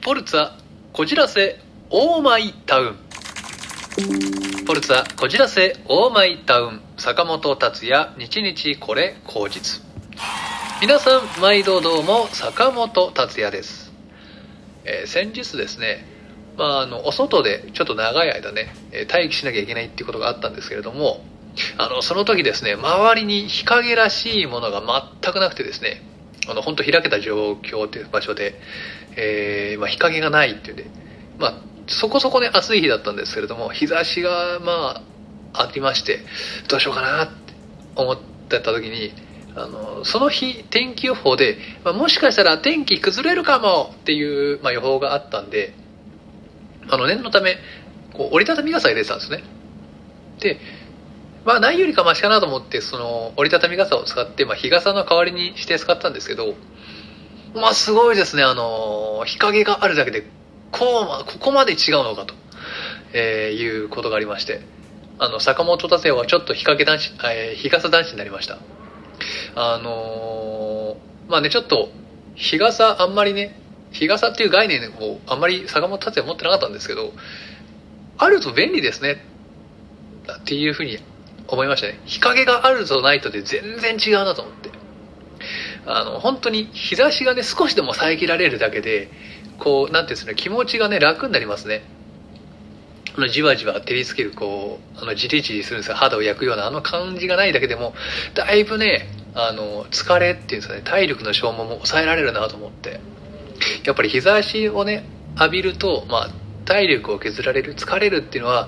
フォルツァこじらせオーマイタウン。フォルツァこじらせオーマイタウン、坂本達也日々これ口実。皆さん毎度どうも、坂本達也です。先日ですね、お外でちょっと長い間ね待機しなきゃいけないっていうことがあったんですけれども、その時ですね、周りに日陰らしいものが全くなくてですね、本当開けた状況という場所で、日陰がないっていうんで、そこそこね暑い日だったんですけれども、日差しがありまして、どうしようかなって思ってた時に、その日天気予報で、もしかしたら天気崩れるかもっていう、予報があったんで、念のため折りたたみ傘入れてたんですね。で、ないよりかマシかなと思って、その折りたたみ傘を使って、日傘の代わりにして使ったんですけど、すごいですね。日陰があるだけでここまで違うのかと、いうことがありまして、坂本達也はちょっと日傘男子になりました。ちょっと日傘あんまりね、日傘っていう概念をあんまり坂本達也持ってなかったんですけど、あると便利ですねっていうふうに思いましたね。日陰があるとないとで全然違うなと思って、本当に日差しがね少しでも遮られるだけで、なんていうんですかね、気持ちがね楽になりますね。じわじわ照りつけるじりじりするんですよ、肌を焼くような感じがないだけでも、だいぶね疲れっていうんですかね、体力の消耗も抑えられるなと思って、やっぱり日差しをね浴びると、体力を削られる、疲れるっていうのは、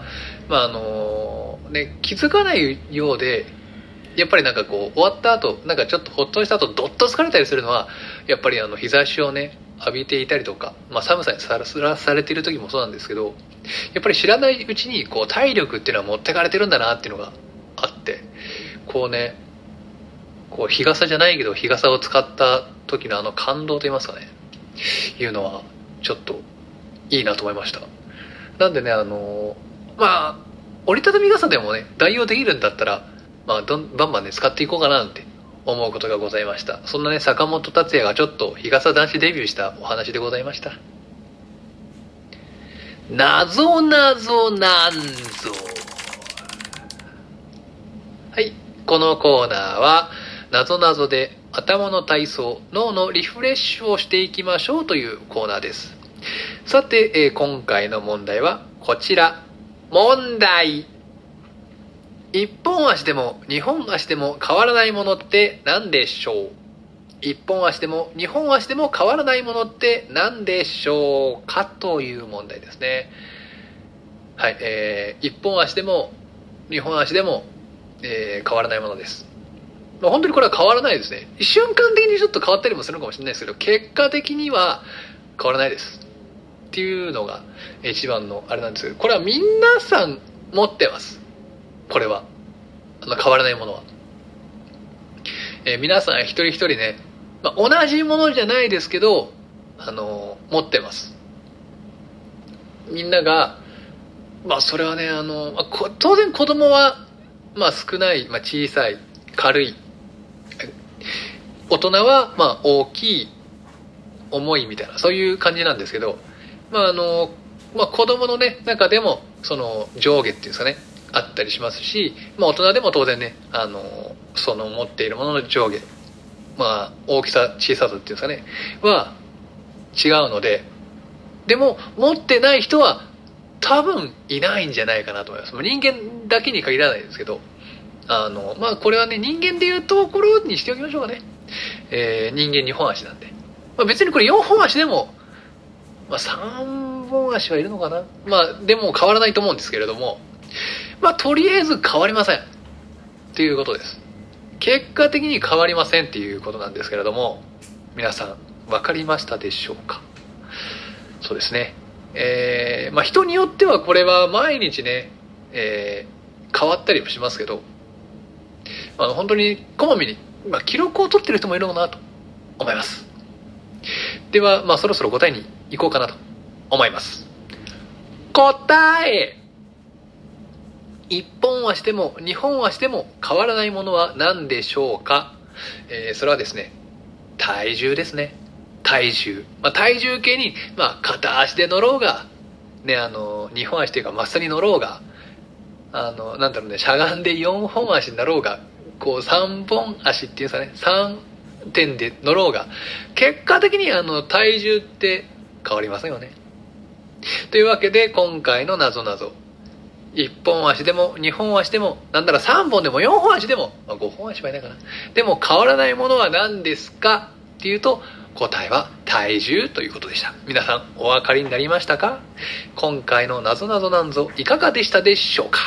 気づかないようで、やっぱり終わった後ちょっとほっとした後どっと疲れたりするのは、やっぱり日差しをね浴びていたりとか、寒さにさらされている時もそうなんですけど、やっぱり知らないうちに体力っていうのは持ってかれてるんだなっていうのがあって、日傘じゃないけど日傘を使った時の感動といいますかね、いうのはちょっといいなと思いました。なんでね、折りたたみ傘でもね代用できるんだったら、バンバンね使っていこうかななんて思うことがございました。そんなね坂本達也がちょっと日傘男子デビューしたお話でございました。なぞなぞなんぞ。はい、このコーナーはなぞなぞで頭の体操、脳のリフレッシュをしていきましょうというコーナーです。さて、今回の問題はこちら。問題。一本足でも二本足でも変わらないものって何でしょう？一本足でも二本足でも変わらないものって何でしょうかという問題ですね。はい、一本足でも二本足でも、変わらないものです。本当にこれは変わらないですね。瞬間的にちょっと変わったりもするかもしれないですけど、結果的には変わらないですっていうのが一番のあれなんですけど、これは皆さん持ってます。これは変わらないものは、皆さん一人一人ね、同じものじゃないですけど持ってます。みんながそれはね当然子供は少ない、小さい、軽い、大人は大きい、重いみたいな、そういう感じなんですけど、子供のね中でもその上下っていうんですかね、あったりしますし、大人でも当然ねその持っているものの上下、大きさ小ささっていうんですかねは違うので、でも持ってない人は多分いないんじゃないかなと思います。人間だけに限らないですけど、これはね人間でいうところにしておきましょうかね。人間2本足なんで、別にこれ4本足でも、3本足はいるのかな、でも変わらないと思うんですけれども、とりあえず変わりませんっていうことです。結果的に変わりませんっていうことなんですけれども、皆さん分かりましたでしょうか？そうですね、人によってはこれは毎日ね、変わったりもしますけど、本当にこまめに、記録を取ってる人もいるのかなと思います。では、そろそろ答えに行こうかなと思います。答え。一本足でも二本足でも変わらないものは何でしょうか？それはですね、体重ですね。 体重。体重計に、片足で乗ろうが、ね、2本足というか、マストに乗ろうが、なんだろうね、しゃがんで4本足になろうが、こう3本足っていうんですかね、3点で乗ろうが、結果的に体重って変わりませんよね。というわけで、今回のなぞなぞ。1本足でも2本足でも、なんなら3本でも4本足でも、5本足はいないかな。でも変わらないものは何ですかっていうと、答えは体重ということでした。皆さんお分かりになりましたか？今回のなぞなぞなんぞいかがでしたでしょうか？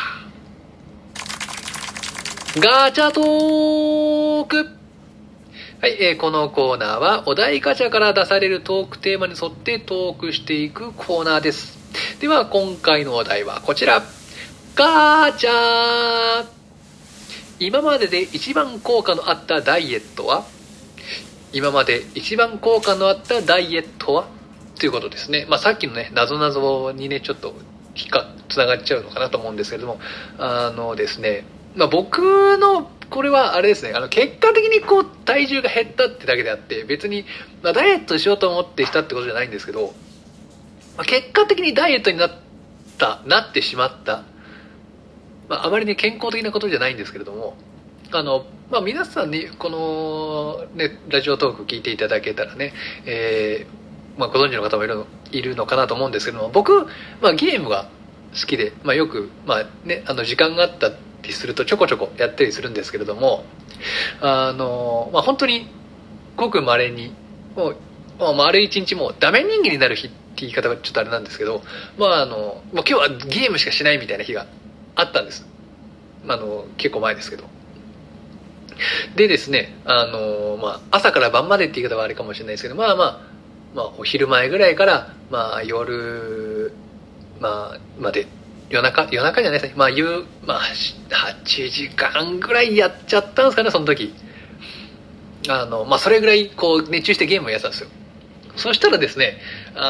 ガチャトーク。はい、このコーナーはお題ガチャから出されるトークテーマに沿ってトークしていくコーナーです。では今回のお題はこちら。ガチャー。今までで一番効果のあったダイエットは？今まで一番効果のあったダイエットはということですね。さっきのね、なぞなぞにね、ちょっとつながっちゃうのかなと思うんですけれども、ですね、僕の、これはあれですね、結果的にこう、体重が減ったってだけであって、別に、ダイエットしようと思ってしたってことじゃないんですけど、結果的にダイエットになってしまった。あまりね、健康的なことじゃないんですけれども、皆さんにこの、ね、ラジオトーク聞いていただけたらね、ご存知の方もいるのかなと思うんですけども、僕、ゲームが好きで、よく、時間があったりするとちょこちょこやったりするんですけれども、本当にごく稀に、もう丸一日もうダメ人間になる日って言い方がちょっとあれなんですけど、今日はゲームしかしないみたいな日があったんです。結構前ですけど。でですね、朝から晩までって言い方はあれかもしれないですけど、お昼前ぐらいから、夜、まで、夜中じゃないですね。8時間ぐらいやっちゃったんですかね、その時。それぐらい、こう、熱中してゲームをやってたんですよ。そしたらですね、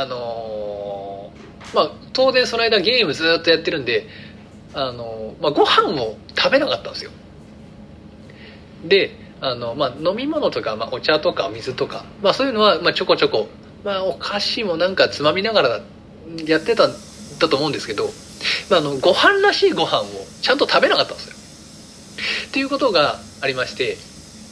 当然その間ゲームずっとやってるんで、ご飯を食べなかったんですよ。で、飲み物とか、お茶とか水とか、そういうのは、ちょこちょこ、お菓子もなんかつまみながらやってたんだと思うんですけど、ご飯らしいご飯をちゃんと食べなかったんですよ。っていうことがありまして、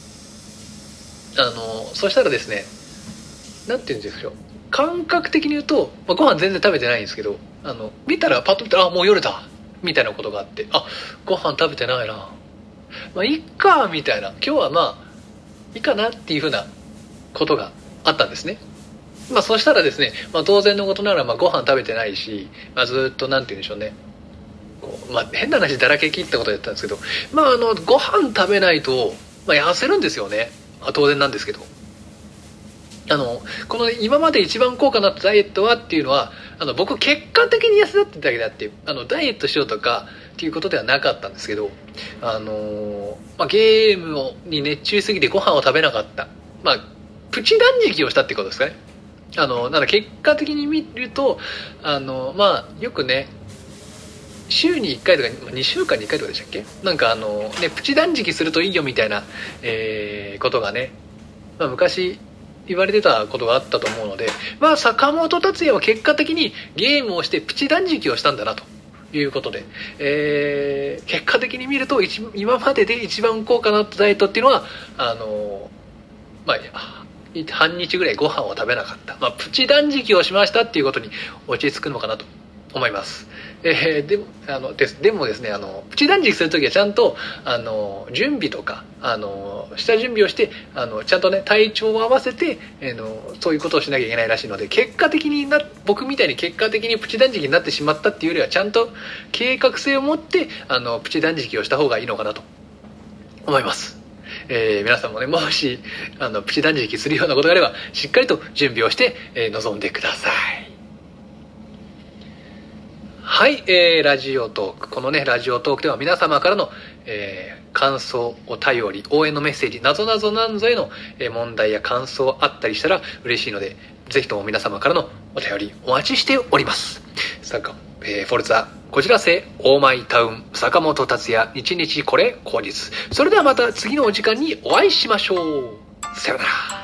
そしたらですね、なんて言うんでしょう。感覚的に言うと、ご飯全然食べてないんですけど、パッと見たら、もう夜だみたいなことがあって、ご飯食べてないな。いっか、みたいな。今日はいいかなっていうふうなことがあったんですね。そしたらですね、当然のことながら、ご飯食べてないし、ずっとなんて言うんでしょうね。変な話だらけ切ったことやったんですけど、ご飯食べないと、痩せるんですよね。当然なんですけど。この今まで一番効果のあったダイエットはっていうのは、僕結果的に痩せたってだけであって、ダイエットしようとかっていうことではなかったんですけど、ゲームに熱中しすぎてご飯を食べなかった。プチ断食をしたってことですかね。結果的に見ると、よくね、週に1回とか2週間に1回とかでしたっけ？プチ断食するといいよみたいな、ことがね、昔言われてたことがあったと思うので、坂本達也は結果的にゲームをしてプチ断食をしたんだなということで、結果的に見ると今までで一番効果のあったダイエットっていうのは半日ぐらいご飯を食べなかった、プチ断食をしましたっていうことに落ち着くのかなと思います。でもですね、プチ断食するときはちゃんと準備とか下準備をしてちゃんとね体調を合わせてそういうことをしなきゃいけないらしいので、僕みたいに結果的にプチ断食になってしまったっていうよりは、ちゃんと計画性を持ってプチ断食をした方がいいのかなと思います。皆さんもね、もしプチ断食するようなことがあれば、しっかりと準備をして、臨んでください。はい、ラジオトーク。このね、ラジオトークでは皆様からの、感想、お便り、応援のメッセージ、なぞなぞなんぞへの、問題や感想あったりしたら嬉しいので、ぜひとも皆様からのお便りお待ちしております。フォルツァ、こじらせ、オーマイタウン、坂本達也、日々これ口実。それではまた次のお時間にお会いしましょう。さよなら。